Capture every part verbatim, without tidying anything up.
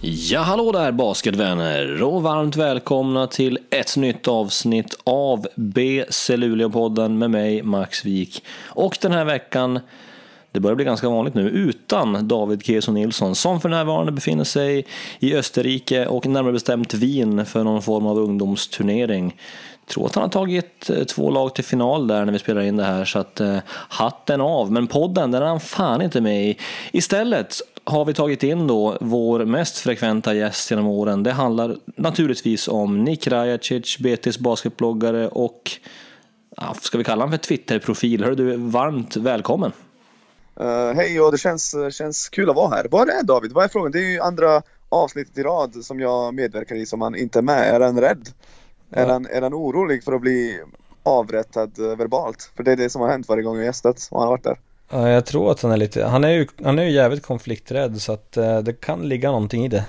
Ja, hallå där basketvänner och varmt välkomna till ett nytt avsnitt av B C Luleå-podden med mig, Max Wik. Och den här veckan, det börjar bli ganska vanligt nu, utan David Keso Nilsson som för närvarande befinner sig i Österrike och närmare bestämt Wien för någon form av ungdomsturnering. Jag tror att han har tagit två lag till final där när vi spelar in det här, så att eh, hatten av. Men podden, den är han fan inte med i. Istället har vi tagit in då vår mest frekventa gäst genom åren. Det handlar naturligtvis om Nick Rajacic, B T:s basketbloggare och, ja, ska vi kalla han för Twitter-profil. Hör du, varmt välkommen. Uh, Hej, och det känns, känns kul att vara här. Vad är David? Vad är frågan? Det är ju andra avsnittet i rad som jag medverkar i som han inte är med. Är han rädd? Ja. Är, han, är han orolig för att bli avrättad verbalt? För det är det som har hänt varje gång jag gästat och han har varit där. Ja, jag tror att han är lite, han är ju, han är ju jävligt konflikträdd, så att uh, det kan ligga någonting i det.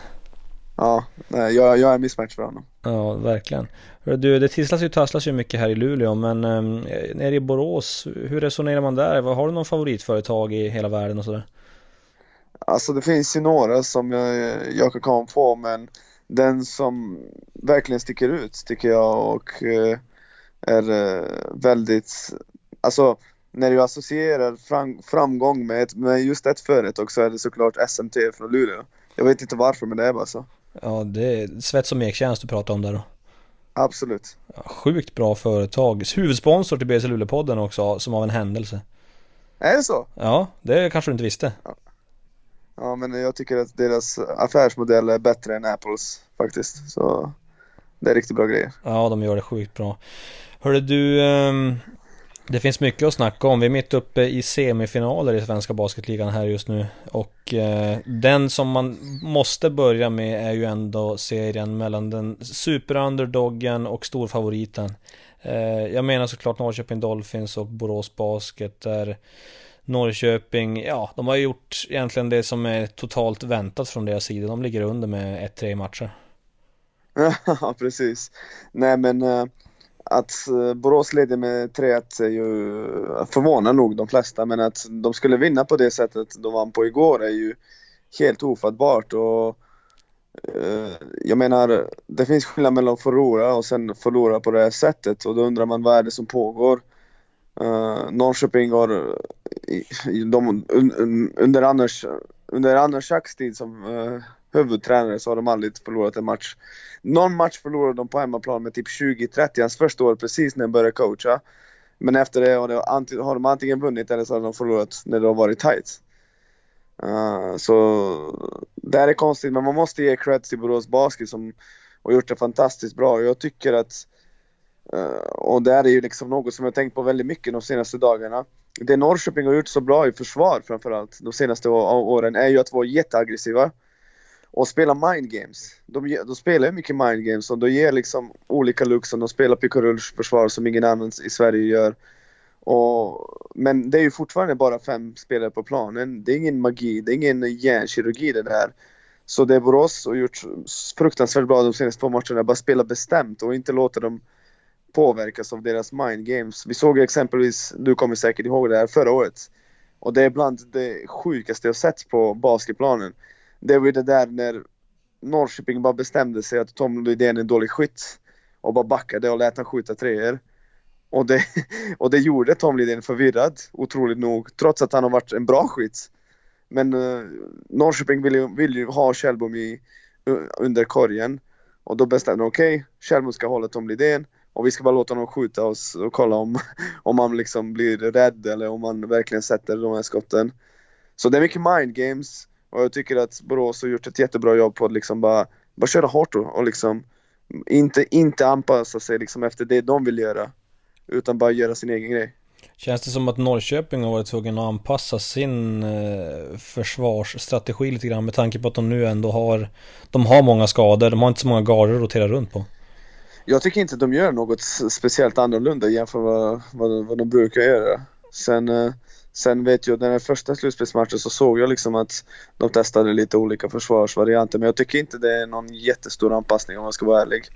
Ja, nej, jag, jag är mismatch för honom. Ja, verkligen. Du, det tisslas ju tasslas ju mycket här i Luleå, men um, nere i Borås, hur resonerar man där? Har du någon favoritföretag i hela världen och sådär? Alltså det finns ju några som jag, jag kan komma på, men den som verkligen sticker ut tycker jag och uh, är uh, väldigt, alltså när du associerar fram, framgång med, ett, med just ett företag så är det såklart S M T från Luleå. Jag vet inte varför, men det är bara så. Ja, det är Svets- och Mektjänst du pratar om där då. Absolut. Ja, sjukt bra företag. Huvudsponsor till B C Luleå-podden också, som av en händelse. Är det så? Ja, det kanske du inte visste. Ja. Ja, men jag tycker att deras affärsmodell är bättre än Apples faktiskt. Så det är riktigt bra grejer. Ja, de gör det sjukt bra. Hörru du, um, det finns mycket att snacka om. Vi är mitt uppe i semifinaler i svenska basketligan här just nu. Och uh, den som man måste börja med är ju ändå serien mellan den superunderdoggen och storfavoriten. Uh, jag menar såklart Norrköping Dolphins och Borås Basket, där Norrköping, ja, de har gjort egentligen det som är totalt väntat från deras sida. De ligger under med ett tre matcher. Ja, precis. Nej, men uh, att uh, Borås leder med tre ett är ju förvånar nog de flesta, men att de skulle vinna på det sättet de vann på igår är ju helt ofattbart. Och uh, jag menar, det finns skillnad mellan att förlora och sen förlora på det här sättet, och då undrar man vad är det som pågår. Uh, Norrköping har de, un, under Anders under Anders Schacks tid som uh, huvudtränare så har de aldrig förlorat en match. Någon match förlorade de på hemmaplan med typ tjugo trettio hans första år, precis när de började coacha. Men efter det har, det, har de antingen vunnit eller så har de förlorat när det har varit tight. Uh, så det är konstigt, men man måste ge cred till Borås Basket som har gjort det fantastiskt bra. Jag tycker att Uh, och det är ju liksom något som jag tänkt på väldigt mycket de senaste dagarna. Det Norrköping har gjort så bra i försvar framförallt de senaste åren är ju att vara jätteaggressiva och spela mind games. De, de spelar ju mycket mind games och de ger liksom olika looks, de spelar pick och rull försvar som ingen annan i Sverige gör. Och, men det är ju fortfarande bara fem spelare på planen. Det är ingen magi, det är ingen hjärnkirurgi det där. Så det Borås har gjort fruktansvärt bra de senaste två matcherna, bara spela bestämt och inte låta dem påverkas av deras mind games. Vi såg exempelvis, du kommer säkert ihåg det här förra året, och det är bland det sjukaste jag sett på basketplanen. Det var det där när Norrköping bara bestämde sig att Tom Lidén är en dålig skytt och bara backade och lät han skjuta treor. Och det, och det gjorde Tom Lidén förvirrad, otroligt nog, trots att han har varit en bra skytt. Men uh, Norrköping vill ju, vill ju ha Kjellbom i, uh, under korgen, och då bestämde de, okej, okay, Kjellbom ska hålla Tom Lidén och vi ska bara låta honom skjuta oss och kolla om, om han liksom blir rädd eller om han verkligen sätter de här skotten. Så det är mycket mind games, och jag tycker att Borås har gjort ett jättebra jobb på att liksom bara, bara köra hårt och, och liksom inte, inte anpassa sig liksom efter det de vill göra, utan bara göra sin egen grej. Känns det som att Norrköping har varit tvungen att anpassa sin eh, försvarsstrategi lite grann, med tanke på att de nu ändå har, de har många skador, de har inte så många garder att rotera runt på? Jag tycker inte att de gör något speciellt annorlunda jämfört med vad, vad, vad de brukar göra. Sen, eh, sen vet jag, den här första slutspelsmatchen så såg jag liksom att de testade lite olika försvarsvarianter, men jag tycker inte det är någon jättestor anpassning om man ska vara ärlig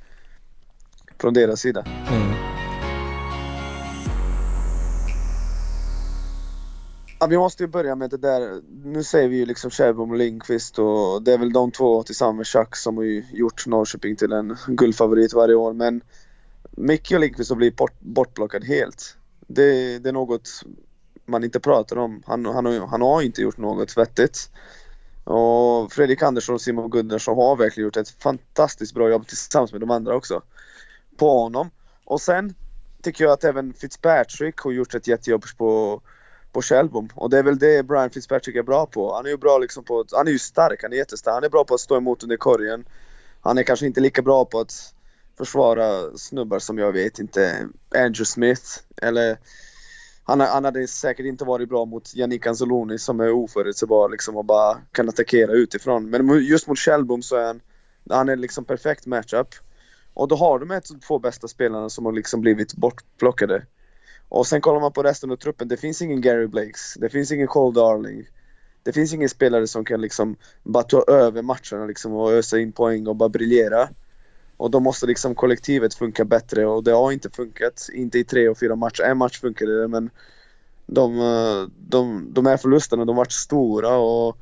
från deras sida. Mm. Ja, vi måste ju börja med det där. Nu säger vi ju liksom Kjellbom och Lindqvist, och det är väl de två tillsammans med Chuck som har ju gjort Norrköping till en guldfavorit varje år. Men Micke och Lindqvist har blivit bort, bortplockad helt. Det, det är något man inte pratar om. Han, han, har, han har inte gjort något vettigt. Och Fredrik Andersson och Simon Gunnarsson har verkligen gjort ett fantastiskt bra jobb tillsammans med de andra också på honom. Och sen tycker jag att även Fitzpatrick har gjort ett jättejobb på på Kjellbom. Och det är väl det Brian Fitzpatrick är bra på. Han är ju bra liksom på att, han är ju stark, han är jättestark. Han är bra på att stå emot under korgen. Han är kanske inte lika bra på att försvara snubbar som jag vet inte, Andrew Smith. Eller han, han hade säkert inte varit bra mot Yannick Anzalone som är oförutsägbar liksom och bara kan attackera utifrån. Men just mot Kjellbom så är han, han är liksom perfekt matchup. Och då har de ett av de två bästa spelarna som har liksom blivit bortplockade. Och sen kollar man på resten av truppen. Det finns ingen Gary Blakes. Det finns ingen Cole Darling. Det finns ingen spelare som kan liksom bara ta över matcherna liksom och ösa in poäng och bara briljera. Och då måste liksom kollektivet funka bättre. Och det har inte funkat. Inte i tre och fyra matcher. En match funkade det, men de, de, de här förlusterna, de har varit stora. Och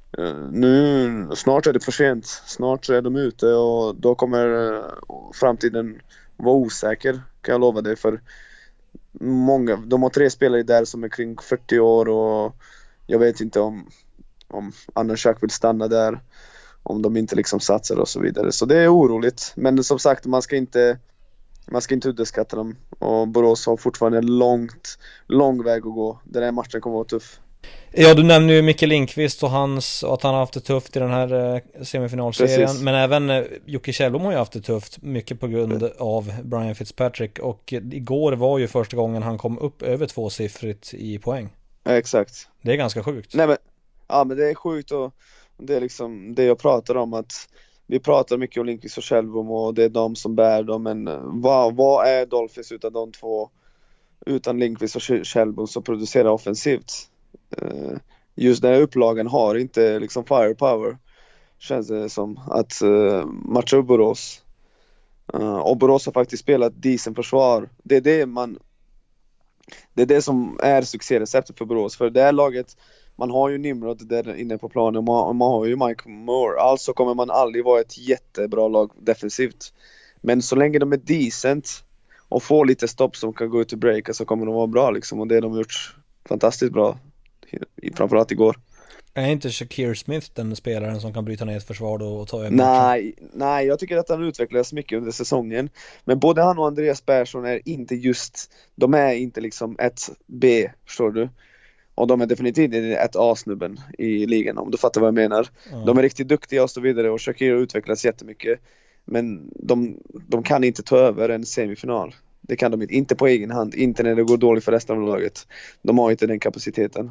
nu, snart är det för sent. Snart är de ute och då kommer framtiden vara osäker. Kan jag lova dig, för många, de har tre spelare där som är kring fyrtio år och jag vet inte om om Anders Schack vill stanna där, om de inte liksom satsar och så vidare. Så det är oroligt, men som sagt, man ska inte man ska inte underskatta dem, och Borås har fortfarande en långt lång väg att gå. Den här matchen kommer att vara tuff. Ja, du nämnde ju Micke Lindqvist och hans, och att han har haft det tufft i den här eh, semifinalserien. Precis. Men även eh, Jocke Kjellbom har ju haft det tufft, mycket på grund mm. av Brian Fitzpatrick. Och eh, igår var ju första gången han kom upp över tvåsiffrigt i poäng. Ja, exakt. Det är ganska sjukt. Nej, men, ja, men det är sjukt, och det är liksom det jag pratar om, att vi pratar mycket om Lindqvist och Kjellbom och det är de som bär dem. Men vad, vad är Dolphins utan de två, utan Lindqvist och Kjellbom som producerar offensivt? Uh, just den här upplagan har inte liksom firepower, känns det som, att uh, matcha upp Borås. Uh, och Borås har faktiskt spelat decent försvar. Det är det man det är det som är succéreceptet för Borås. För det här laget, man har ju Nimrod där inne på planen och man, man har ju Mike Moore. Alltså kommer man aldrig vara ett jättebra lag defensivt. Men så länge de är decent och får lite stopp som kan gå ut och breaka, så kommer de vara bra liksom. Och det har de gjort fantastiskt bra, framförallt igår. Är inte Shakir Smith den spelaren som kan bryta ner ett försvar då och ta över? Nej, nej, jag tycker att han utvecklas mycket under säsongen. Men både han och Andreas Persson är inte just, de är inte liksom ett B, förstår du? Och de är definitivt ett A-snubben i ligan, om du fattar vad jag menar. Mm. De är riktigt duktiga och så vidare, och Shakir utvecklas jättemycket. Men de, de kan inte ta över en semifinal. Det kan de inte, inte på egen hand, inte när det går dåligt för resten av laget. De har inte den kapaciteten.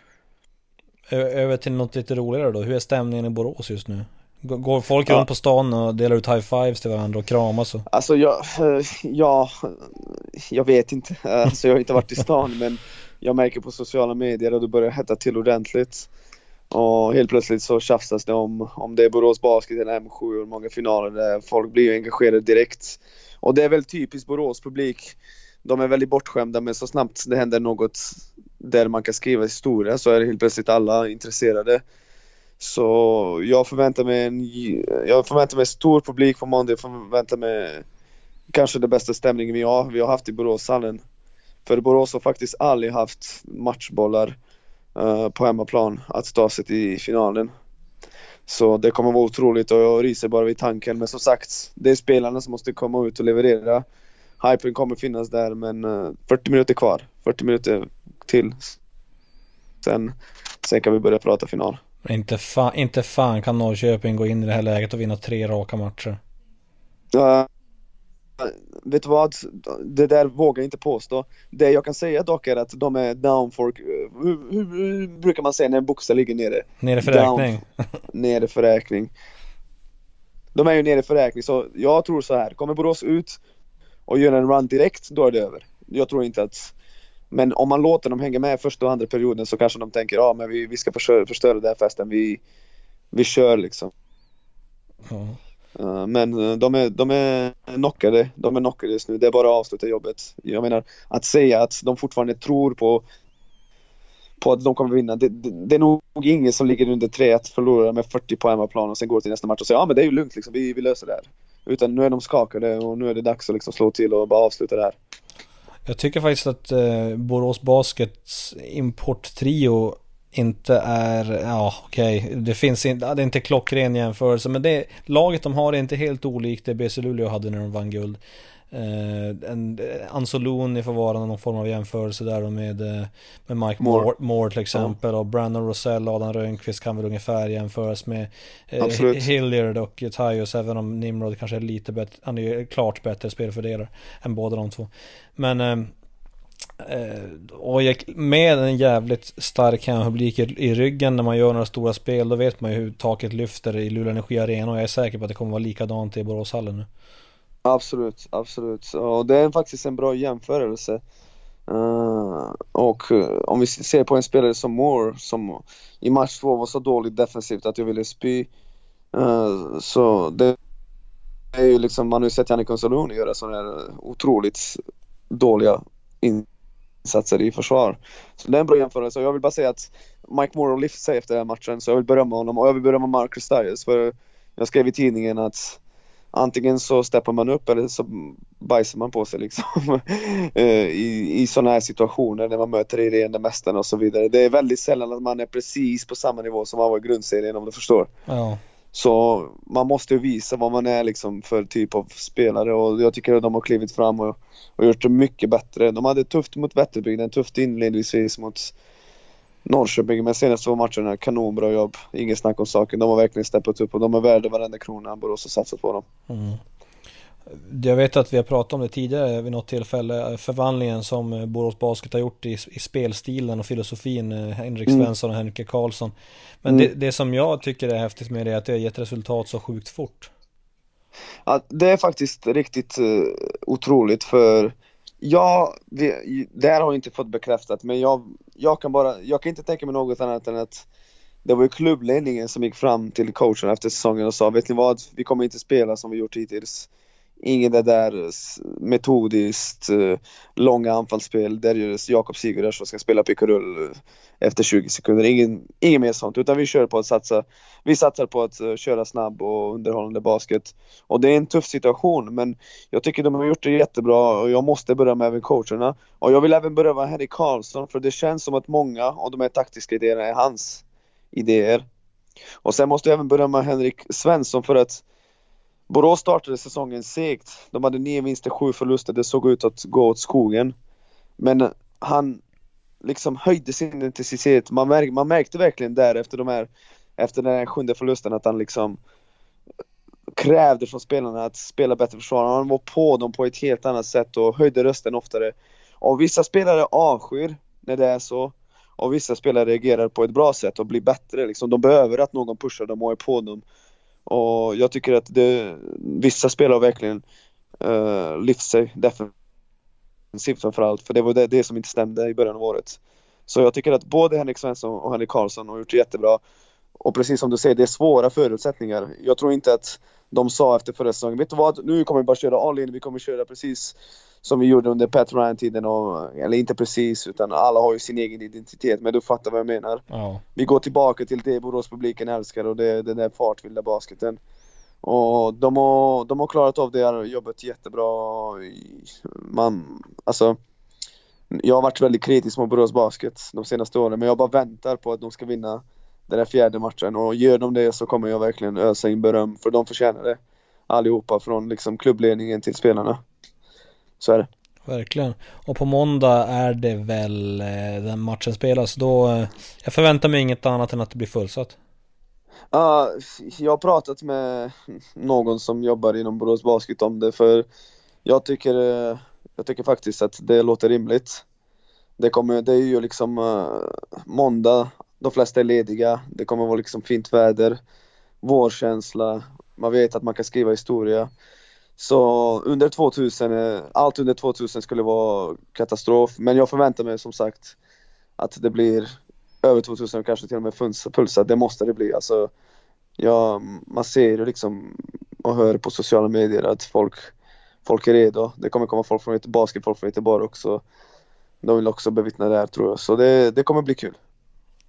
Över till något lite roligare då. Hur är stämningen i Borås just nu? Går folk ja. runt på stan och delar ut high fives till varandra och kramas? Och... Alltså jag, ja, jag vet inte. Alltså jag har inte varit i stan, men jag märker på sociala medier att det börjar hetta till ordentligt. Och helt plötsligt så tjafsas det om om det är Borås Basket eller M sju och många finaler där folk blir ju engagerade direkt. Och det är väl typiskt Borås publik. De är väldigt bortskämda, men så snabbt det händer något där man kan skriva historia så är det helt plötsligt alla intresserade. Så jag förväntar mig en jag förväntar mig stor publik på måndag. Jag förväntar mig kanske den bästa stämningen vi har, vi har haft i Boråshallen. För Borås har faktiskt aldrig haft matchbollar uh, på hemmaplan att ta sig till finalen. Så det kommer vara otroligt, och jag ryser bara vid tanken. Men som sagt, det är spelarna som måste komma ut och leverera. Hypen kommer finnas där, men uh, fyrtio minuter kvar. fyrtio minuter till. Sen, sen kan vi börja prata final. Inte fan, inte fan kan Norrköping gå in i det här läget och vinna tre raka matcher. Uh, vet du vad? Det där vågar jag inte påstå. Det jag kan säga dock är att de är down for... Hur, hur, hur brukar man säga när en boxare ligger nere? Nere för down, räkning. Nere för räkning. De är ju nere för räkning, så jag tror så här. Kommer Borås ut och gör en run direkt, då är det över. Jag tror inte att... Men om man låter dem hänga med första och andra perioden, så kanske de tänker, ja men vi, vi ska förstöra, förstöra den här festen. Vi, vi kör liksom. Ja. Uh, men de är, de är knockade. De är knockade just nu. Det är bara att avsluta jobbet. Jag menar, att säga att de fortfarande tror på på att de kommer vinna. Det, det, det är nog ingen som ligger under tre ett, förlorar med fyrtio på hemmaplan och sen går till nästa match och säger ja men det är ju lugnt liksom, vi, vi löser det här. Utan nu är de skakade och nu är det dags att liksom slå till och bara avsluta det här. Jag tycker faktiskt att eh, Borås Baskets importtrio inte är, ja okej, okay. det finns inte, det är inte klockren jämförelse, men det laget de har är inte helt olikt det B C Luleå hade när de vann guld. Eh, en Anzoloni får vara någon form av jämförelse där med, med Mike Moore, Moore, Moore till exempel, ja. Och Brandon Rosell och Adam Rönnqvist kan väl ungefär jämföras med eh, Hilliard och Tyus, även om Nimrod kanske är lite bättre, han är ju klart bättre spelfördelare än båda de två. Men eh, och med en jävligt stark publik i ryggen när man gör några stora spel, då vet man ju hur taket lyfter i Luleå Energi Arena, och jag är säker på att det kommer vara likadant i Boråshallen nu. Absolut, absolut. Och det är faktiskt en bra jämförelse. Uh, och uh, om vi ser på en spelare som Moore, som i match två var så dåligt defensivt att jag ville spy, uh, så det är ju liksom, man har ju sett Jannik Anzoloni göra sådana här otroligt dåliga insatser i försvar. Så det är en bra jämförelse, och jag vill bara säga att Mike Moore lyft sig efter den här matchen, så jag vill berömma honom, och jag vill berömma Marcus Tyus, för jag skrev i tidningen att antingen så steppar man upp eller så bajsar man på sig liksom i, i sådana här situationer när man möter i regerande mästarna och så vidare. Det är väldigt sällan att man är precis på samma nivå som man var i grundserien, om du förstår. Ja. Så man måste ju visa vad man är liksom för typ av spelare, och jag tycker att de har klivit fram och, och gjort det mycket bättre. De hade tufft mot Vätterbygden, tufft inledningsvis mot Norrköping, men senaste två matcherna kanonbra jobb, ingen snack om saken. De har verkligen steppat upp och de är värda varenda krona Borås har satsat på dem. Mm. Jag vet att vi har pratat om det tidigare vid något tillfälle, förvandlingen som Borås Basket har gjort i, i spelstilen och filosofin, Henrik Svensson och Henke Karlsson. Men mm. det, det som jag tycker är häftigt med det är att det har gett resultat så sjukt fort. Ja, det är faktiskt riktigt uh, otroligt, för ja, vi, det här har jag inte fått bekräftat, men jag, jag kan bara, jag kan inte tänka mig något annat än att det var ju klubbledningen som gick fram till coachen efter säsongen och sa, vet ni vad, vi kommer inte spela som vi gjort hittills. Ingen det där metodiskt långa anfallsspel där Jakob Sigurdsson ska spela pickarull efter tjugo sekunder. Ingen, ingen mer sånt, utan vi kör på att satsa. Vi satsar på att köra snabb och underhållande basket. Och det är en tuff situation, men jag tycker de har gjort det jättebra, och jag måste börja med även coacherna. Och jag vill även börja med Henrik Karlsson, för det känns som att många av de här taktiska idéerna är hans idéer. Och sen måste jag även börja med Henrik Svensson, för att Borås startade säsongen segt. De hade nio vinster, sju förluster. Det såg ut att gå åt skogen. Men han liksom höjde sin intensitet. Man, märk, man märkte verkligen där efter, de här, efter den här sjunde förlusten att han liksom krävde från spelarna att spela bättre försvar. Han var på dem på ett helt annat sätt och höjde rösten oftare. Och vissa spelare avskyr när det är så. Och vissa spelare reagerar på ett bra sätt och blir bättre. Liksom, de behöver att någon pushar dem och är på dem. Och jag tycker att det, vissa spelare verkligen uh, lyft sig defensivt framförallt, för det var det, det som inte stämde i början av året. Så jag tycker att både Henrik Svensson och Henrik Karlsson har gjort det jättebra. Och precis som du säger, det är svåra förutsättningar. Jag tror inte att de sa efter förra säsongen, vet du vad, nu kommer vi bara köra all in, vi kommer köra precis som vi gjorde under Pat Ryan-tiden, och, eller inte precis, utan alla har ju sin egen identitet, men du fattar vad jag menar. Ja. Vi går tillbaka till det Borås-publiken älskar, och det är den där fartvilda basketen. Och de har, de har klarat av det här jobbet jättebra. Man, alltså, jag har varit väldigt kritisk mot Borås Basket de senaste åren, men jag bara väntar på att de ska vinna den här fjärde matchen, och gör de det så kommer jag verkligen ösa in beröm, för de förtjänar det allihopa, från liksom klubbledningen till spelarna. Så är det. Verkligen. Och på måndag är det väl eh, den matchen spelas. Då, eh, jag förväntar mig inget annat än att det blir fullsatt. Uh, jag har pratat med någon som jobbar inom Borås Basket om det, för jag tycker, uh, jag tycker faktiskt att det låter rimligt. Det, kommer, det är ju liksom uh, måndag, de flesta är lediga, det kommer vara liksom fint väder, vårkänsla, man vet att man kan skriva historia. Så under tvåtusen, allt under tvåtusen skulle vara katastrof. Men jag förväntar mig som sagt att det blir över tvåtusen och kanske till och med fullsatt. Det måste det bli. Alltså, ja, man ser ju liksom och hör på sociala medier att folk, folk är redo. Det kommer komma folk från Göteborg, basket, folk från Göteborg också. De vill också bevittna det här, tror jag. Så det, det kommer bli kul.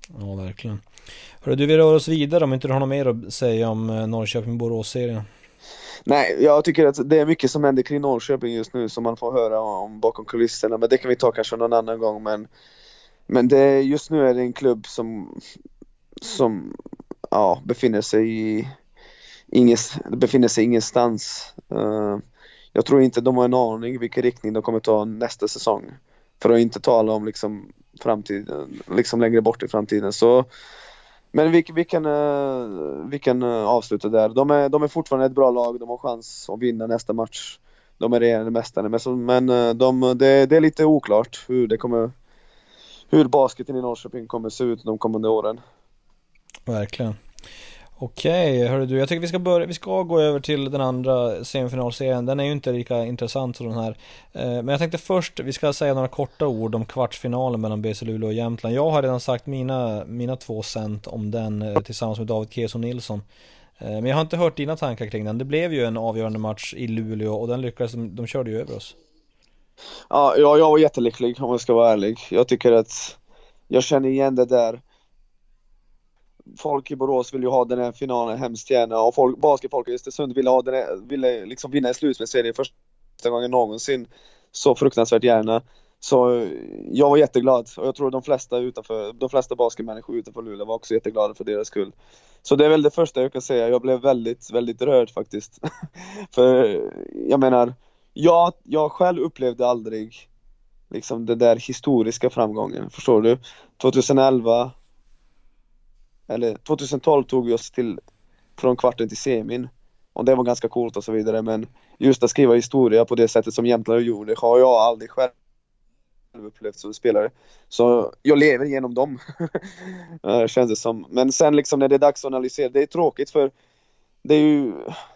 Ja, verkligen. Hörru, du, vi rör oss vidare om inte du har något mer att säga om Norrköping-Borås-serien. Nej, jag tycker att det är mycket som händer kring Norrköping just nu som man får höra om bakom kulisserna, men det kan vi ta kanske någon annan gång. Men, men det, just nu är det en klubb som, som ja, befinner sig i ingens, befinner sig ingenstans. Uh, jag tror inte de har en aning vilken riktning de kommer ta nästa säsong. För att inte tala om liksom framtiden, liksom längre bort i framtiden. Så, men vi, vi, kan, vi kan avsluta där. De är, de är fortfarande ett bra lag. De har chans att vinna nästa match. De är regerande mästare. Men, så, men de, det, det är lite oklart hur det kommer, hur basketen i Norrköping kommer se ut de kommande åren. Verkligen. Okej, hörru du, jag tycker vi ska börja, vi ska gå över till den andra semifinalserien. Den är ju inte lika intressant som den här. Men jag tänkte först, vi ska säga några korta ord om kvartsfinalen mellan B C Luleå och Jämtland. Jag har redan sagt mina, mina två cent om den tillsammans med David Keso Nilsson. Men jag har inte hört dina tankar kring den. Det blev ju en avgörande match i Luleå och den lyckades, de körde ju över oss. Ja, jag, jag var jättelycklig om jag ska vara ärlig. Jag tycker att jag känner igen det där. Folk i Borås vill ju ha den här finalen hemskt gärna, och folk, basketfolk i Östersund ville, ha den här, ville liksom vinna i slutspelsserien första gången någonsin så fruktansvärt gärna. Så jag var jätteglad, och jag tror de flesta utanför, de flesta basketmänniskor utanför Luleå var också jätteglada för deras skull. Så det är väl det första jag kan säga. Jag blev väldigt, väldigt rörd faktiskt. För jag menar, jag, jag själv upplevde aldrig liksom den där historiska framgången, förstår du? tjugoelva eller tjugotolv tog vi oss till från kvarten till semin, och det var ganska coolt och så vidare, men just att skriva historia på det sättet som Jämtland gjorde har jag aldrig själv upplevt som spelare, så jag lever genom dem. Känns det som. Men sen liksom när det är dags att analysera, det är tråkigt för det är ju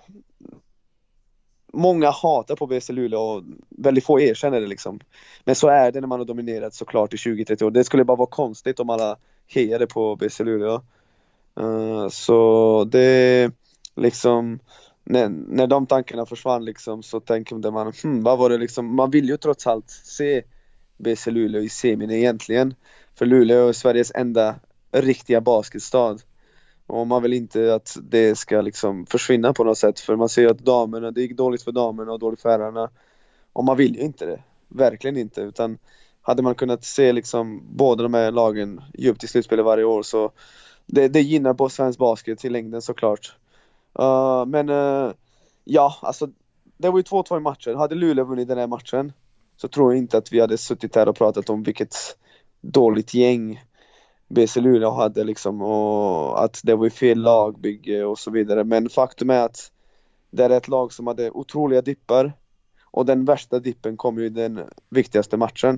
många hatar på B C Luleå och väldigt få erkänner det liksom. Men så är det när man har dominerat såklart i tjugo trettio år. Det skulle bara vara konstigt om alla hejade på B C Luleå. Uh, så det liksom när, när de tankarna försvann liksom, så tänker man hmm, vad var det liksom, man vill ju trots allt se B C Luleå i semin egentligen, för Luleå är Sveriges enda riktiga basketstad, och man vill inte att det ska liksom försvinna på något sätt, för man ser att damerna, det gick dåligt för damerna och dåligt för herrarna, och man vill ju inte det, verkligen inte, utan hade man kunnat se liksom båda de här lagen djupt i slutspelet varje år, så det, det gynnar på svensk basket i längden såklart. Uh, men uh, ja, alltså det var ju två två i matchen. Hade Luleå vunnit den här matchen så tror jag inte att vi hade suttit här och pratat om vilket dåligt gäng B C Luleå hade liksom, och att det var fel lagbygge och så vidare. Men faktum är att det är ett lag som hade otroliga dippar, och den värsta dippen kom ju i den viktigaste matchen.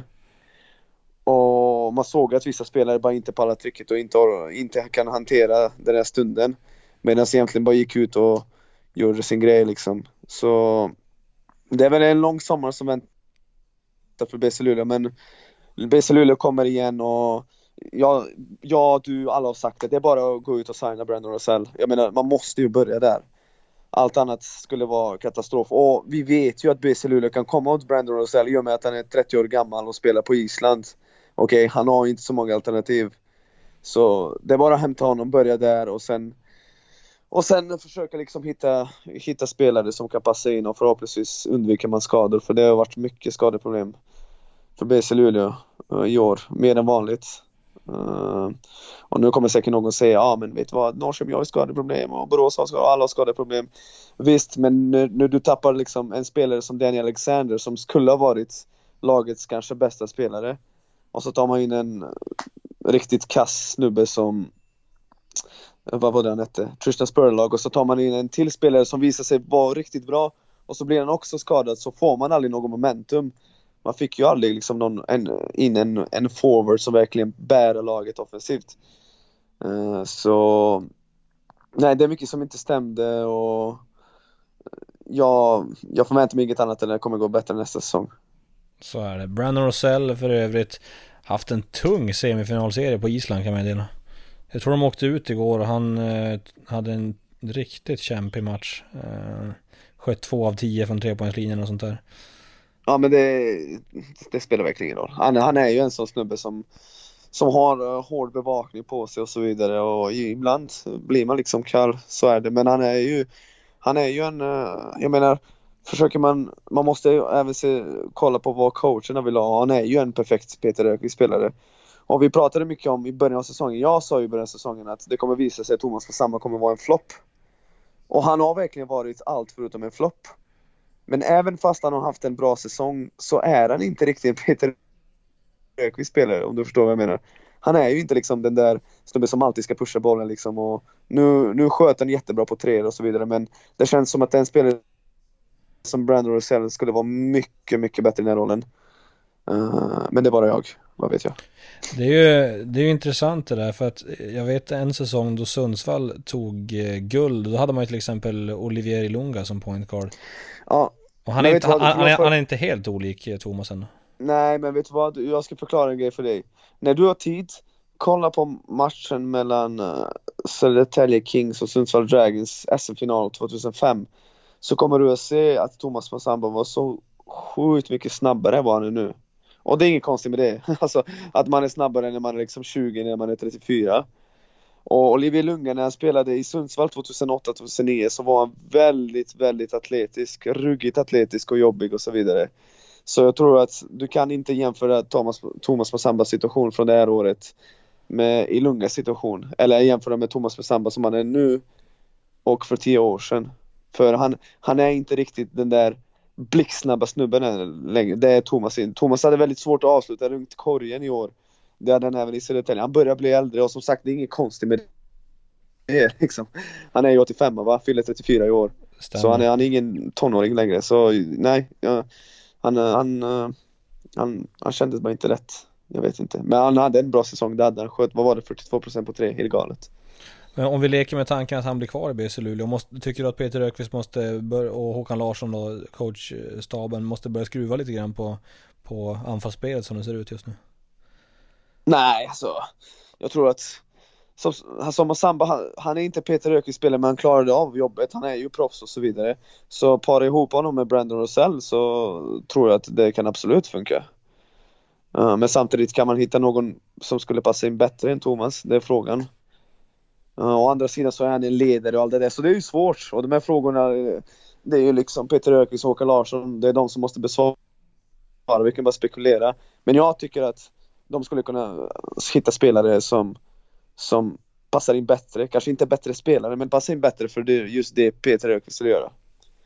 Och man såg att vissa spelare bara inte pallar trycket och inte, inte kan hantera den här stunden, medan egentligen bara gick ut och gjorde sin grej liksom. Så det är väl en lång sommar som väntar för B C Luleå, men B C Luleå kommer igen, och ja, ja, du alla har sagt att det är bara att gå ut och signa Brandon Rosell. Jag menar, man måste ju börja där. Allt annat skulle vara katastrof. Och vi vet ju att B C Luleå kan komma åt Brandon Rosell i och med att han är trettio år gammal och spelar på Island. Okej, okay, han har inte så många alternativ. Så det är bara att hämta honom, börja där, och sen och sen försöka liksom hitta, hitta spelare som kan passa in, och förhoppningsvis undviker man skador, för det har varit mycket skadeproblem för B C Luleå uh, i år, mer än vanligt. Uh, och nu kommer säkert någon säga, ja ah, men vet du vad, Norrköping har skadeproblem och Borås har skador, alla har skadeproblem. Visst, men när, när du tappar liksom en spelare som Daniel Alexander, som skulle ha varit lagets kanske bästa spelare, och så tar man in en riktigt kass snubbe som, vad var det han hette? Tristan Spurlock, och så tar man in en till spelare som visar sig vara riktigt bra, och så blir han också skadad, så får man aldrig någon momentum. Man fick ju aldrig liksom någon, en, in en, en forward som verkligen bär laget offensivt. Uh, så nej, det är mycket som inte stämde, och jag, jag förväntar mig inget annat än att det kommer gå bättre nästa säsong. Så är det. Brandon Rosell för övrigt haft en tung semifinalserie på Island, kan man dela. Jag tror de åkte ut igår, och han eh, hade en riktigt kämpig match. Eh, sköt två av tio från trepoängslinjen och sånt där. Ja, men det, det spelar verkligen ingen roll. Han, han är ju en sån snubbe som som har uh, hård bevakning på sig och så vidare, och ibland blir man liksom kall, så är det. Men han är ju han är ju en uh, jag menar, försöker man man måste ju även se, kolla på vad coacherna vill ha. Han är ju en perfekt Peter Rökvist-spelare. Och vi pratade mycket om i början av säsongen, jag sa ju i början av säsongen att det kommer visa sig att Thomas Vassamba kommer vara en flopp. Och han har verkligen varit allt förutom en flopp. Men även fast han har haft en bra säsong så är han inte riktigt en Peter Rökvist-spelare, om du förstår vad jag menar. Han är ju inte liksom den där snubben som alltid ska pusha bollen liksom, och nu, nu sköt han jättebra på tre och så vidare, men det känns som att den spelare som Brandon Rosell skulle vara mycket, mycket bättre i den här rollen. Uh, men det är bara jag, vad vet jag. Det är ju, det är ju intressant det där, för att jag vet en säsong då Sundsvall tog eh, guld, då hade man ju till exempel Olivier Ilunga som point guard. Ja. Och han är, inte, han, han, är, han är inte helt olik Thomas ändå. Nej, men vet du vad? Jag ska förklara en grej för dig. När du har tid, kolla på matchen mellan uh, Södertälje Kings och Sundsvall Dragons S M-final tjugohundrafem. Så kommer du att se att Thomas Vassamba var så sjukt mycket snabbare än vad han är nu. Och det är inget konstigt med det. Alltså att man är snabbare när man är liksom tjugo, när man är trettiofyra. Och Olivier Lunga, när han spelade i Sundsvall tjugohundraåtta tjugohundranio, så var han väldigt, väldigt atletisk. Ruggigt atletisk och jobbig och så vidare. Så jag tror att du kan inte jämföra Thomas, Thomas Vassambas situation från det här året med Ilungas situation. Eller jämföra med Thomas Vassamba som han är nu och för tio år sedan. För han, han är inte riktigt den där blixtsnabba snubben längre. Det är Thomas in. Thomas hade väldigt svårt att avsluta runt korgen i år. Det hade han även i Södertälje. Han börjar bli äldre, och som sagt, det är inget konstigt med det. Liksom. Han är ju åttiofem, va? Fyller trettiofyra i år. Stämmer. Så han är, han är ingen tonåring längre. Så nej, ja, han, han, han, han kändes bara inte rätt. Jag vet inte. Men han hade en bra säsong. Det hade han sköt. Vad var det? fyrtiotvå procent på tre. Helt galet. Men om vi leker med tanken att han blir kvar i B C Luleå, måste, tycker du att Peter Rökvist måste bör, och Håkan Larsson och coachstaben måste börja skruva lite grann på, på anfallsspelet som det ser ut just nu? Nej, alltså jag tror att som, som Samba, han, han är inte Peter Rökvist spelare, men han klarade av jobbet. Han är ju proffs och så vidare. Så para ihop honom med Brandon Rosell, så tror jag att det kan absolut funka. Uh, men samtidigt kan man hitta någon som skulle passa in bättre än Thomas. Det är frågan. Uh, å andra sidan så är han en ledare och allt det där. Så det är ju svårt. Och de här frågorna, det är ju liksom Peter Rökvist och Håkan Larsson. Det är de som måste besvara. Vi kan bara spekulera. Men jag tycker att de skulle kunna hitta spelare som, som passar in bättre. Kanske inte bättre spelare, men passar in bättre för det, just det Peter Rökvist skulle göra.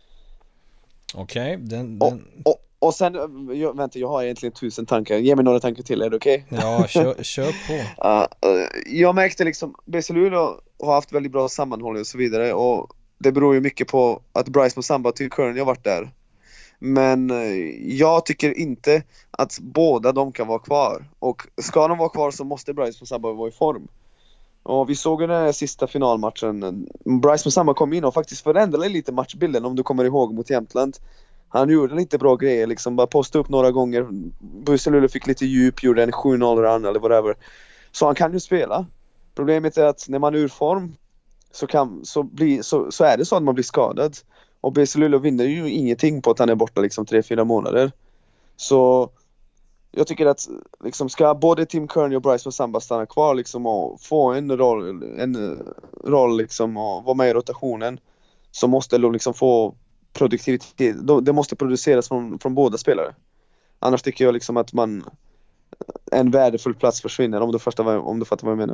Okej, okay, den... den... Och, och, och sen, jag, vänta, jag har egentligen tusen tankar. Ge mig några tankar till, är det okej? Okay? Ja, kör, kör på. uh, jag märkte liksom, B C Luleå har haft väldigt bra sammanhållning och så vidare. Och det beror ju mycket på att Bryce Mosamba och Tim Kearney har varit där. Men jag tycker inte att båda de kan vara kvar. Och ska de vara kvar så måste Bryce Mosamba vara i form. Och vi såg ju den här sista finalmatchen. Bryce Mosamba kom in och faktiskt förändrade lite matchbilden, om du kommer ihåg, mot Jämtland. Han gjorde lite bra grejer, liksom bara postade upp några gånger. B C Luleå fick lite djup, gjorde en sju noll run eller whatever. Så han kan ju spela. Problemet är att när man är ur form så, kan, så, bli, så, så är det så att man blir skadad. Och B C Luleå vinner ju ingenting på att han är borta liksom tre fyra månader. Så jag tycker att liksom, ska både Tim Kearney och Bryce Mosamba stanna kvar liksom, och få en roll, en roll liksom, och vara med i rotationen, så måste de liksom få produktivitet. Det måste produceras från, från båda spelare. Annars tycker jag liksom att man en värdefull plats försvinner, om du fattar, om du fattar vad jag menar.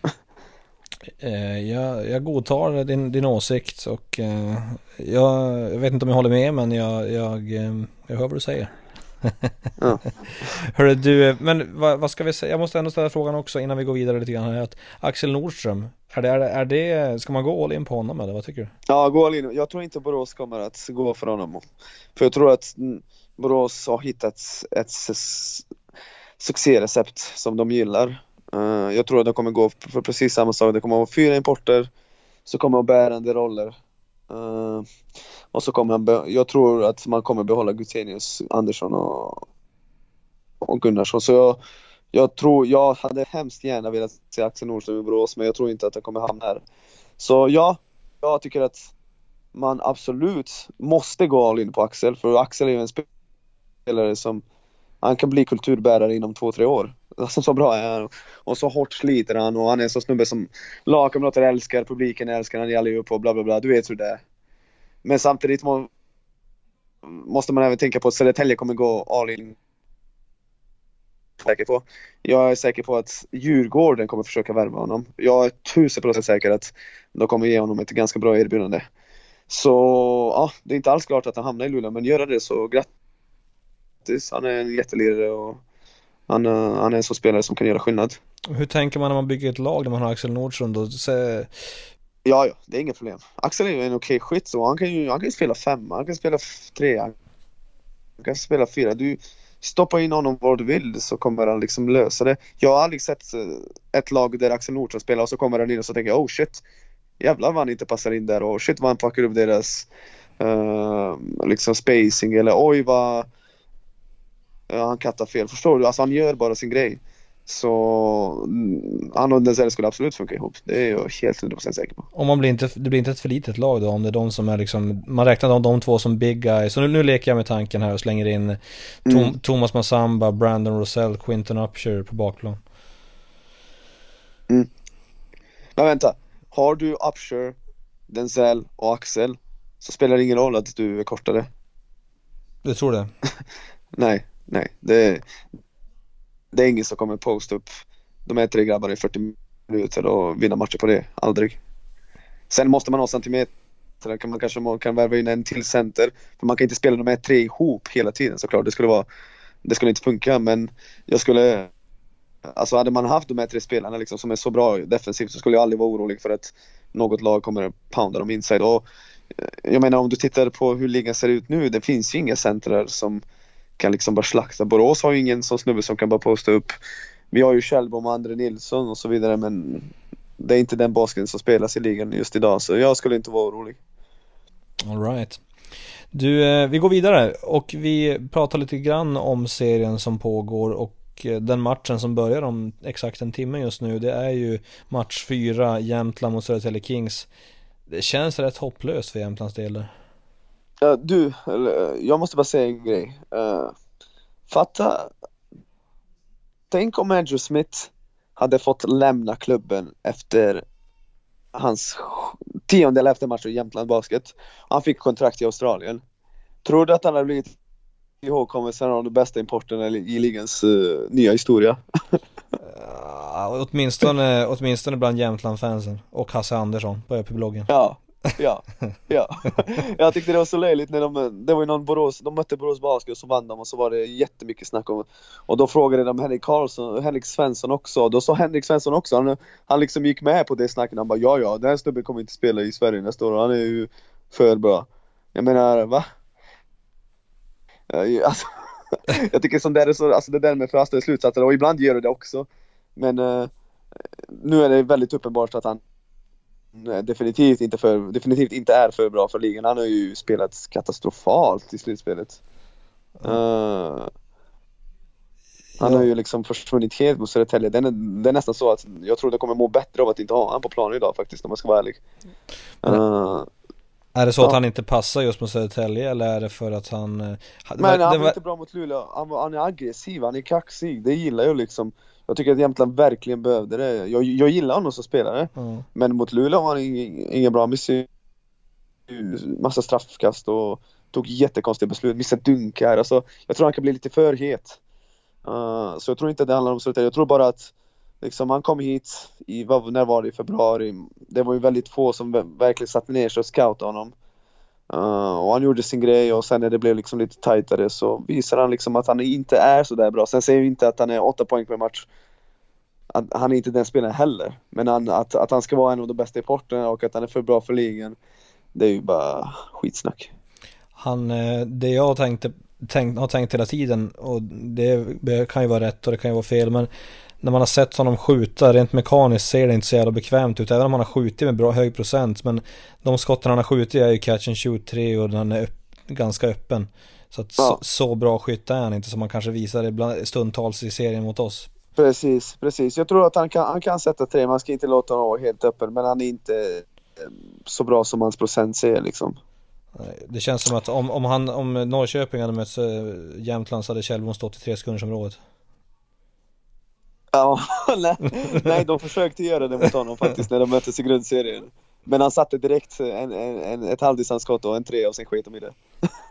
Eh, jag, jag godtar din, din åsikt, och eh, jag, jag vet inte om jag håller med, men jag, jag, eh, jag hör vad du säger. Ja. Hörru du, men vad, vad ska vi säga? Jag måste ändå ställa frågan också innan vi går vidare lite grann här, att Axel Nordström, är det, är, är det, ska man gå all in på honom eller vad tycker du? Ja, gå all in. Jag tror inte Borås kommer att gå för honom. För jag tror att Borås har hittat ett succérecept som de gillar. Uh, jag tror att de kommer gå för precis samma sak. Det kommer att vara fyra importer, så kommer att bärande roller. Uh, och så kommer han be- jag tror att man kommer behålla Gutenius, Andersson och, och Gunnarsson. Så jag, jag tror, jag hade hemskt gärna velat se Axel Nordström i Borås, men jag tror inte att han kommer hamna här. Så ja, jag tycker att man absolut måste gå all in på Axel, för Axel är ju en spelare som han kan bli kulturbärare inom två, tre år. alltså, så bra är han. Och så hårt sliter han, och han är så snubbe som lagkamrater älskar, publiken älskar, han gäller ju på bla bla bla, du vet hur det är. Men samtidigt må, måste man även tänka på att Södertälje kommer gå all in. Säker på. Jag är säker på att Djurgården kommer försöka värva honom. Jag är tusen procent säker att de kommer ge honom ett ganska bra erbjudande. Så ja, det är inte alls klart att han hamnar i Luleå, men göra det så grattis. Han är en jättelirare och han, han är en sån spelare som kan göra skillnad. Hur tänker man när man bygger ett lag när man har Axel Nordström då? Så... Ja, ja, det är inget problem. Axel är ju en okej skytt, så han kan ju han kan spela fem, han kan spela tre, han kan spela fyra. Du stoppar in honom var du vill så kommer han liksom lösa det. Jag har aldrig sett ett lag där Axel Nordström spelar och så kommer han in och så tänker jag, oh shit, jävlar vad han inte passar in där, och shit vad han packar upp deras uh, liksom spacing, eller oj vad uh, han kattar fel, förstår du? Alltså han gör bara sin grej. Så mm, han och Denzel skulle absolut funka ihop. Det är jag helt hundra procent säker på. Om man blir inte, det blir inte ett för litet lag då, om det är de som är liksom, man räknar de, de två som big guys. Så nu, nu leker jag med tanken här och slänger in Tom, mm. Thomas Massamba, Brandon Rosell, Quinton Upshur på bakplan. Mm. Men vänta, har du Upshur, Denzel och Axel så spelar det ingen roll att du är kortare. Du tror det? nej, nej. Det, det är ingen som kommer posta upp de här tre grabbarna i fyrtio minuter och vinna matcher på det. Aldrig. Sen måste man ha centimeter. Kan man kanske kan värva in en till center. För man kan inte spela de här tre ihop hela tiden såklart. Det skulle vara, det skulle inte funka, men jag skulle, alltså hade man haft de här tre spelarna liksom, som är så bra defensivt, så skulle jag aldrig vara orolig för att något lag kommer pounda dem inside. Och jag menar, om du tittar på hur ligan ser ut nu, det finns ju inga centrar som kan liksom bara slakta. Borås har ju ingen sån snubbe som kan bara posta upp. Vi har ju Kjellbom och André Nilsson och så vidare, men det är inte den basketen som spelas i ligan just idag, så jag skulle inte vara orolig. All right. Du, vi går vidare och vi pratar lite grann om serien som pågår, och den matchen som börjar om exakt en timme just nu, det är ju match fyra, Jämtland mot Södertälje Kings. Det känns rätt hopplöst för Jämtlands del där. Uh, du, jag måste bara säga en grej. Uh, fatta, tänk om Andrew Smith hade fått lämna klubben efter hans tiondel efter matchen i Jämtland Basket. Han fick kontrakt i Australien. Tror du att han hade blivit ihågkommen som en av de bästa importerna i ligans uh, nya historia? uh, åtminstone, åtminstone bland Jämtland-fansen och Hasse Andersson på Ö P-bloggen. Ja. Ja, ja. Jag tyckte det var så löjligt när de, det var ju någon Borås, de mötte Borås Basket och så vann de, och så var det jättemycket snack om, och då frågade de Henrik Karlsson, Henrik Svensson också, och då sa Henrik Svensson också, han, han liksom gick med på det snacket, han bara ja ja, den här snubben kommer inte spela i Sverige nästa år, han är ju för bra. Jag menar, va? Alltså, jag tycker som det är så, alltså det där med förhastade slutsatser, och ibland gör det det också, men uh, nu är det väldigt uppenbart att han definitivt inte för definitivt inte är för bra för ligan. Han har ju spelat katastrofalt i slutspelet. Mm. Uh, han ja. har ju liksom försvunnit helt mot Södertälje. Det är, det är nästan så att jag tror det kommer må bättre av att inte ha han på planen idag faktiskt, om man ska vara ärlig. Uh, är det så ja. att han inte passar just mot Södertälje, eller är det för att han... Men var, han var var inte bra mot Luleå. Han, han är aggressiv, han är kaxig. Det gillar jag liksom. Jag tycker att Jämtland verkligen behövde det. Jag, jag gillar honom som spelare. Mm. Men mot Luleå var han ingen, ingen bra. Missade massa straffkast och tog jättekonstiga beslut. Missade dunkar. Alltså, jag tror han kan bli lite för het. Uh, så jag tror inte att det handlar om Södertälje. Jag tror bara att liksom, han kom hit i, när var det, i februari. Det var ju väldigt få som verkligen satte ner sig och scoutade honom. Uh, och han gjorde sin grej, och sen när det blev liksom lite tajtare så visar han liksom att han inte är så där bra. Sen säger vi inte att han är åtta poäng per match, att han är inte den spelaren heller, men han, att, att han ska vara en av de bästa i porten och att han är för bra för ligan, det är ju bara skitsnack. Han, det jag tänkte, tänkt, har tänkt hela tiden, och det kan ju vara rätt och det kan ju vara fel, men när man har sett honom skjuta rent mekaniskt ser det inte så jävla bekvämt ut, även om han har skjutit med bra hög procent, men de skotten han har skjutit är ju catch and shoot tre, och den är upp, ganska öppen, så att ja. så, så bra skytt är han inte som man kanske visar ibland, stundtals i serien mot oss. Precis, precis. Jag tror att han kan, han kan sätta tre, man ska inte låta honom vara helt öppen, men han är inte så bra som hans procent säger liksom. Det känns som att om, om, han, om Norrköping hade mött Jämtland så hade Kjellbom stått i tre sekunders området. Ja, nej, nej, de försökte göra det mot honom faktiskt när de möttes i grundserien. Men han satte direkt en, en, en, ett halvdistansskott och en tre och sen skit de i det.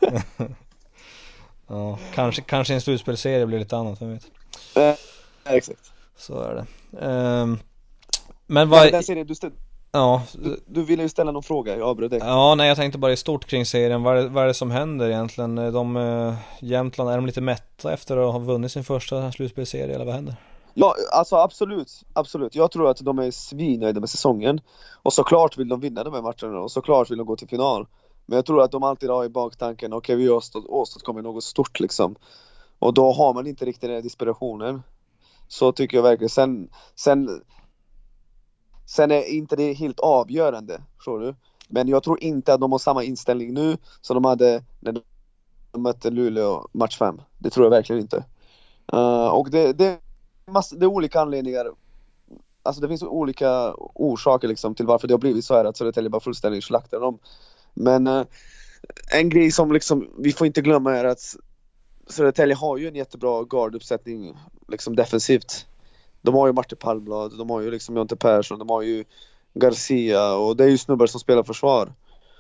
Ja, kanske, kanske en slutspelserie blir lite annat, vem vet. Eh, exakt. Så är det. Um, men vad... Den serien, du, stä... ja. du, du ville ju ställa någon fråga, jag avbröt dig. Ja, nej, jag tänkte bara i stort kring serien. Vad är, vad är det som händer egentligen? De, uh, Jämtland, är de lite mätta efter att ha vunnit sin första slutspelserie, eller vad händer? Ja, alltså absolut, absolut. Jag tror att de är svinnöjda med säsongen. Och såklart vill de vinna de här matcherna. Och såklart vill de gå till final. Men jag tror att de alltid har i baktanken, okej, okay, vi har åstadkommit något stort liksom. Och då har man inte riktigt den här desperationen. Så tycker jag verkligen. Sen, sen, sen är inte det helt avgörande, tror du. Men jag tror inte att de har samma inställning nu som de hade när de mötte Luleå match fem. Det tror jag verkligen inte. Uh, och det, det Mass, det är olika anledningar. Alltså det finns olika orsaker liksom till varför det har blivit så här att Södertälje bara fullständigt slaktar dem. Men eh, en grej som liksom vi får inte glömma är att Södertälje har ju en jättebra garduppsättning liksom defensivt. De har ju Martin Palmblad, de har ju liksom Jonte Persson, de har ju Garcia och det är ju snubbar som spelar försvar.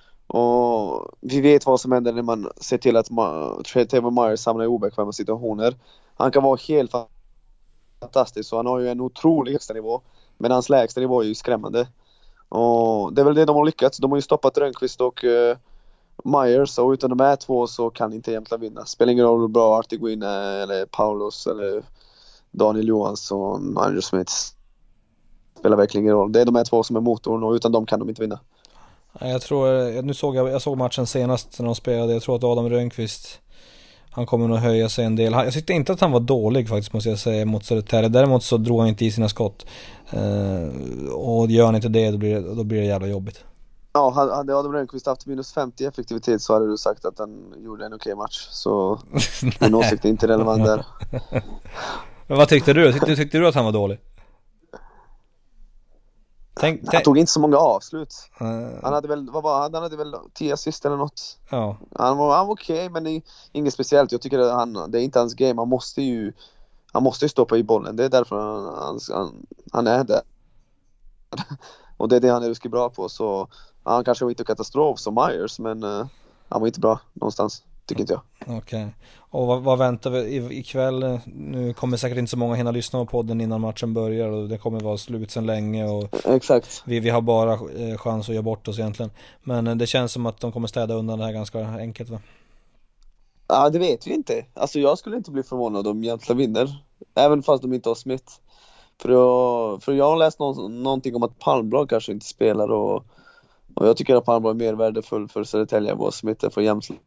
Och vi vet vad som händer när man ser till att Ma- Tevon Myers samlar i obekväma situationer. Han kan vara helt fantastisk, så han har ju en otrolig högsta nivå, men hans lägsta nivå är ju skrämmande. Och det är väl det de har lyckats. De har ju stoppat Rönnqvist och uh, Myers, och utan de här två så kan inte Jämtland vinna. Spelar ingen roll hur bra Artiguin eller Paulus eller Daniel Johansson, Andrew Smith, spelar verkligen ingen roll. Det är de här två som är motorn, och utan dem kan de inte vinna. Jag tror, nu såg jag, jag såg matchen senast när de spelade. Jag tror att Adam Rönnqvist, han kommer nog höja sig en del. Jag tyckte inte att han var dålig faktiskt, måste jag säga, mot Södertälje. Däremot så drog han inte i sina skott. Uh, och gör han inte det, då blir det, då blir det jävla jobbigt. Ja, hade Adam Rönnqvist haft minus femtio effektivitet så hade du sagt att han gjorde en okej match. Så min åsikt är inte relevant där. Men vad tyckte du? Tyckte, tyckte du att han var dålig? Tänk, han tänk... tog inte så många avslut. Uh... Han hade väl, vad var han? Han hade väl tio assist eller något. Ja. Han var, han var okej, okay, men det är inget speciellt. Jag tycker att han, det är inte hans game. Han måste ju han måste ju stoppa i bollen. Det är därför han, han, han är där. Och det är det han är ruskigt bra på. Så han kanske var inte katastrof som Myers, men uh, han var inte bra någonstans, tycker inte jag. Okej. Okay. Och vad, vad väntar vi ikväll? Nu kommer säkert inte så många hinna lyssna på podden innan matchen börjar, och det kommer vara slut sedan länge, och exakt. Vi, vi har bara eh, chans att göra bort oss egentligen. Men eh, det känns som att de kommer städa undan det här ganska enkelt, va? Ja, det vet vi inte. Alltså jag skulle inte bli förvånad om Jämtland vinner, även fast de inte har Smith. För jag, för jag har läst någon, någonting om att Palmblad kanske inte spelar, och, och jag tycker att Palmblad är mer värdefull för Södertälje än vad Smith är för Jämtland.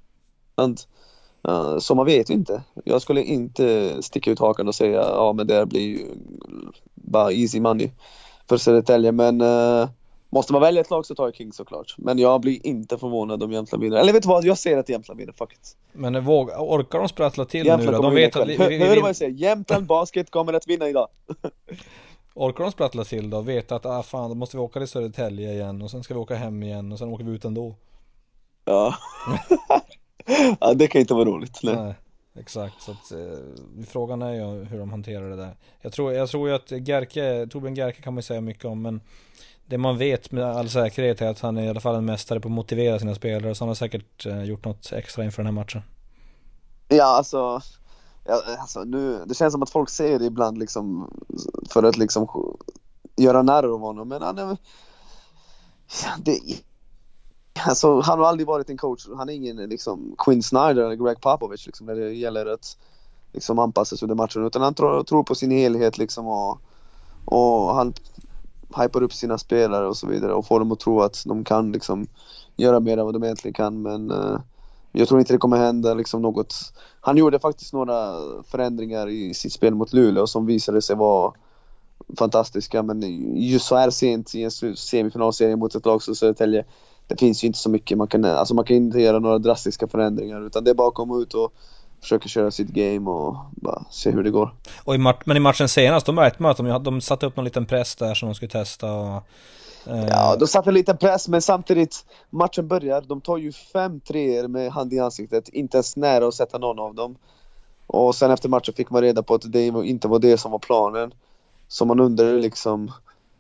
Uh, så man vet inte. Jag skulle inte sticka ut hakan och säga ja, men det blir ju bara easy money för Södertälje. Men uh, måste man välja ett lag så tar jag Kings såklart. Men jag blir inte förvånad om Jämtland vinner. Eller vet du vad, jag ser att Jämtland vinner, fuck it. Men våg, orkar de sprattla till Jämtland nu då? De vet att vi, vi, vi, Hör du vad jag säger? Jämtland Basket kommer att vinna idag. Orkar de sprattla till då? Vet att ah, fan, då måste vi åka till Södertälje igen, och sen ska vi åka hem igen, och sen åker vi ut ändå. Ja. Ja, det kan inte vara roligt. Nej, nej exakt. Så att, eh, frågan är ju hur de hanterar det där. Jag tror, jag tror ju att Gerke, Torbjörn Gerke kan man ju säga mycket om, men det man vet med all säkerhet är att han är i alla fall en mästare på att motivera sina spelare, så han har säkert eh, gjort något extra inför den här matchen. Ja, alltså, ja, alltså nu, det känns som att folk säger det ibland liksom för att liksom göra narr av honom, men han är det, alltså, han har aldrig varit en coach. Han är ingen liksom Quinn Snyder eller Greg Popovich liksom, när det gäller att liksom anpassa sig under matchen, utan han tror, tror på sin helhet liksom, och, och han hypar upp sina spelare och så vidare och får dem att tro att de kan liksom göra mer än vad de egentligen kan. Men uh, jag tror inte det kommer hända liksom något. Han gjorde faktiskt några förändringar i sitt spel mot Luleå som visade sig vara fantastiska, men just så här sent i en semifinalserie mot ett lag som Södertälje, det finns ju inte så mycket man kan, alltså man kan inte göra några drastiska förändringar, utan det är bara att komma ut och försöka köra sitt game och bara se hur det går. Och i mat- men i matchen senast, de märkte man att de, de satte upp någon liten press där som de skulle testa och, eh... Ja, de satte en liten press, men samtidigt matchen börjar, de tar ju fem treor med hand i ansiktet, inte ens nära att sätta någon av dem. Och sen efter matchen fick man reda på att det inte var det som var planen. Så man undrade liksom...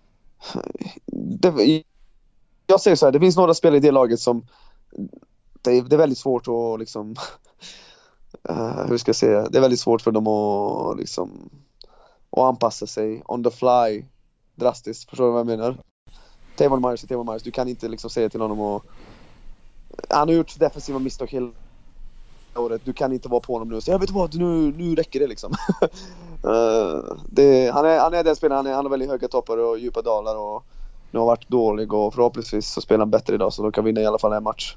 Det, jag säger så här, det finns några spelare i det laget som... Det är, det är väldigt svårt att liksom... Uh, hur ska jag säga? Det är väldigt svårt för dem att liksom... Att anpassa sig on the fly drastiskt. Förstår du vad jag menar? Tavon Myers är Tavon Myers. Du kan inte liksom säga till honom och... Han har gjort defensiva misstag hela året. Du kan inte vara på honom nu och säga, jag vet vad, nu, nu räcker det liksom. uh, det, han, är, han är den spelaren, han, är, han har väldigt höga toppar och djupa dalar och nu har varit dålig och förhoppningsvis så spelar han bättre idag så de kan vinna i alla fall en match.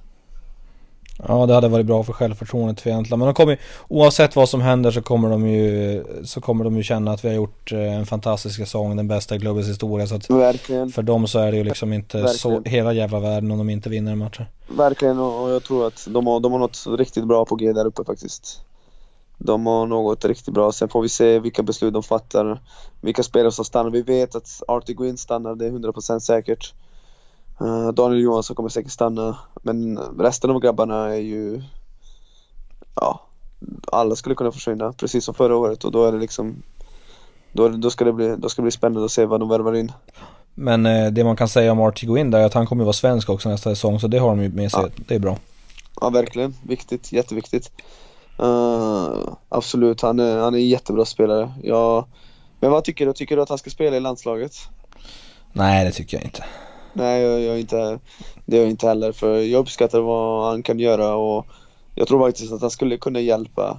Ja, det hade varit bra för självförtroendet för egentligen. Men de kommer, oavsett vad som händer så kommer de ju så kommer de ju känna att vi har gjort en fantastisk säsong, den bästa i klubbens historia. Så att verkligen. För dem så är det ju liksom inte verkligen. Så hela jävla världen om de inte vinner matcher. Verkligen, och jag tror att de har, de har något riktigt bra på G där uppe faktiskt. De har något riktigt bra. Sen får vi se vilka beslut de fattar, vilka spelare som stannar. Vi vet att Artie Gwynn stannar, det är hundra procent säkert. Uh, Daniel Johansson kommer säkert stanna. Men resten av grabbarna är ju... Ja, alla skulle kunna försvinna, precis som förra året. Och då är det liksom... Då, då, ska, det bli, då ska det bli spännande att se vad de värvar in. Men eh, det man kan säga om Artie Gwynn där är att han kommer vara svensk också nästa säsong. Så det har de ju med sig, ja. Det är bra. Ja, verkligen, viktigt, jätteviktigt. uh, Absolut, han är, han är en jättebra spelare. Ja. Men vad tycker du? Tycker du att han ska spela i landslaget? Nej, det tycker jag inte. Nej, jag, jag inte, det gör jag inte heller. För jag uppskattar vad han kan göra. Och jag tror faktiskt att han skulle kunna hjälpa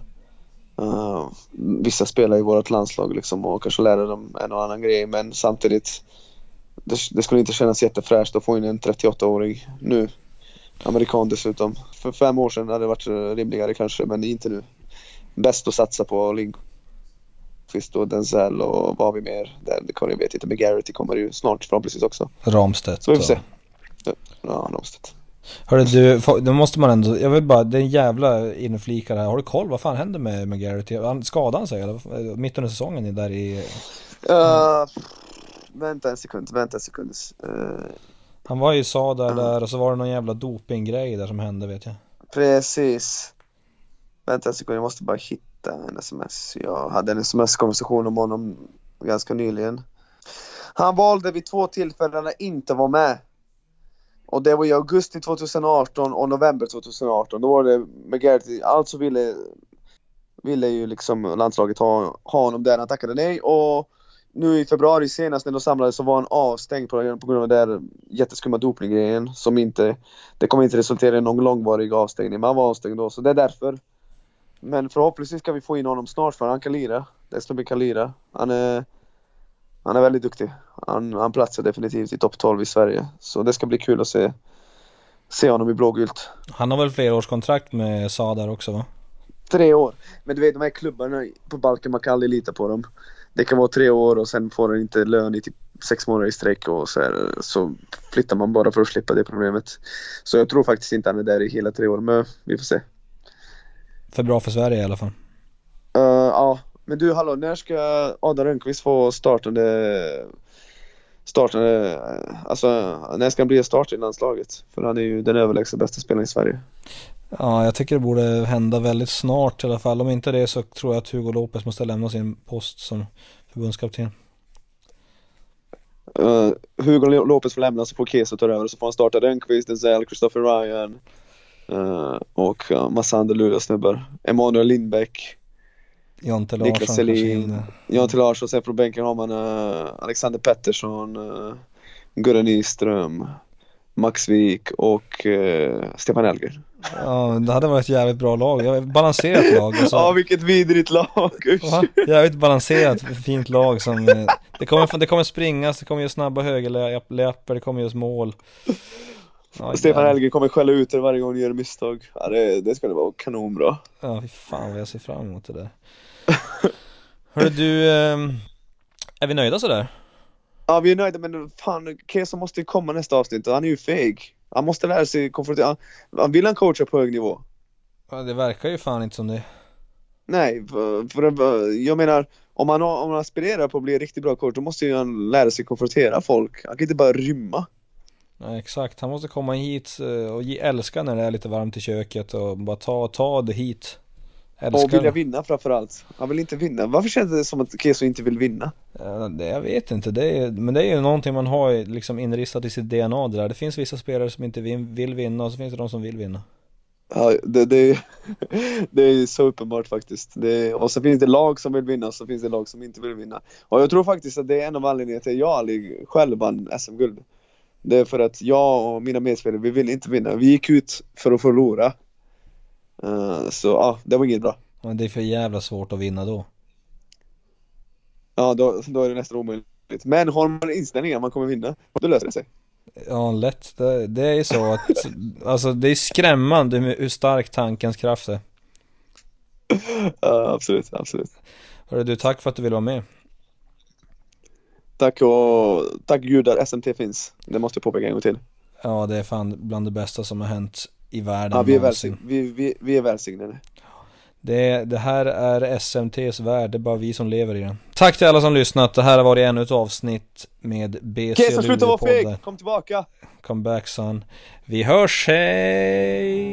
uh, vissa spelare i vårt landslag liksom, och kanske lära dem en och annan grej. Men samtidigt, det, det skulle inte kännas jättefräscht att få in en trettioåtta-åring nu. Amerikan dessutom. För fem år sedan hade det varit rimligare kanske, men inte nu. Bäst att satsa på Lindqvist och Denzel och vad har vi mer? Det kan jag vet inte, men Garrity kommer ju snart förhoppningsvis också. Ramstedt. Så vi får se. Ja, Ramstedt. Hörru du, då måste man ändå, jag vill bara, det är en jävla inflikare här. Har du koll, vad fan händer med, med Garrity? Skadade han sig eller? Mitt under säsongen där i... Uh, vänta en sekund, vänta en sekund. Uh, han var ju sa där, uh. där och så var det någon jävla dopinggrej där som hände, vet jag. Precis. Vänta en sekund, jag måste bara hitta en sms. Jag hade en sms-konversation om honom ganska nyligen. Han valde vid två tillfällen att inte vara med. Och det var i augusti tjugoarton och november tjugoarton. Då var det McGarrity. Alltså ville, ville ju liksom landslaget ha, ha honom där. Han tackade nej. Och nu i februari senast när de samlades så var han avstängd på, på grund av den där jätteskumma dopninggrejen. Som inte, det kommer inte resultera i någon långvarig avstängning. Men han var avstängd då, så det är därför. Men förhoppningsvis ska vi få in honom snart, för han kan lira. Det ska bli kan lira. Han är... Han är väldigt duktig. Han, han platsar definitivt i topp tolv i Sverige. Så det ska bli kul att se, se honom i blågult. Han har väl flera års kontrakt med Sadar också, va? Tre år. Men du vet, de här klubbarna på Balkan, man kan aldrig lita på dem. Det kan vara tre år och sen får han inte lön i typ sex månader i sträck. Och så, här, så flyttar man bara för att slippa det problemet. Så jag tror faktiskt inte han är där i hela tre år. Men vi får se. För bra för Sverige i alla fall. Uh, ja. Men du, hallå, när ska Adam Rönnqvist få startande, startande, alltså när ska han bli start i landslaget? För han är ju den överlägset bästa spelaren i Sverige. Ja, jag tycker det borde hända väldigt snart i alla fall. Om inte det så tror jag att Hugo Lopez måste lämna sin post som förbundskapten. Uh, Hugo Lopez får lämna, så får Kesa ta över, så får han starta Rönnqvist, Denzel, Christopher Ryan uh, och uh, massa andra luriga snubbar. Emanuel Lindbäck, Jonte Niklas Selin, Jonte Larsson. Sen från bänken har man uh, Alexander Pettersson, uh, Gurra Nyström, Max Wik och uh, Stefan Elger. Ja, det hade varit ett jävligt bra lag. Jag balanserat lag. Alltså. Ja, vilket vidrigt lag. Ja, jävligt balanserat, fint lag som det kommer det kommer springas, det kommer göra snabba högerläppar, det kommer göra mål. Ja, Stefan Elger kommer skälla ut det varje gång ni gör misstag. Ja, det, det ska det vara kanonbra. Ja, fy fan vad jag ser fram emot det där. Hörru du, är vi nöjda så där? Ja, vi är nöjda, men fan, Kesa måste ju komma nästa avsnitt och han är ju feg. Han måste lära sig konfrontera. Han vill han coacha på hög nivå. Ja, det verkar ju fan inte som det. Nej, för, för jag menar, om han, om han aspirerar på att bli en riktigt bra coach, då måste ju han lära sig konfrontera folk. Han kan inte bara rymma. Ja, exakt, han måste komma hit och älska när det är lite varmt i köket och bara ta, ta det hit. Älskar. Och vilja vinna framförallt. Han vill inte vinna. Varför känns det som att Keso inte vill vinna? Ja, det, jag vet inte, det är, men det är ju någonting man har liksom inristat i sitt D N A där. Det finns vissa spelare som inte vill vinna och så finns det de som vill vinna. Ja, det, det, det är så uppenbart faktiskt. Det, och så finns det lag som vill vinna och så finns det lag som inte vill vinna. Och jag tror faktiskt att det är en av anledningarna till att jag aldrig själv vann S M-guld. Det är för att jag och mina medspelare, vi vill inte vinna. Vi gick ut för att förlora. Uh, så ja, det var inget bra. Men det är för jävla svårt att vinna då. Ja, då, då är det nästan omöjligt. Men har man inställningen att man kommer vinna, då löser det sig. Ja, lätt. Det, det är ju så att alltså det är skrämmande hur stark tankens kraft är. Ja, absolut, absolut. Hörru du, tack för att du vill vara med. Tack och tack gud att S M T finns. Det måste jag påpeka en gång till. Ja, det är fan bland det bästa som har hänt i världen. Ja, vi är, välsign- vi, vi, vi är välsignade. Det, det här är S M T:s värld, det är bara vi som lever i den. Tack till alla som lyssnat, det här har varit ännu ett avsnitt med B C Okej, så sluta vara Luleå-podden. feg, kom tillbaka. Come back son. Vi hörs, hej!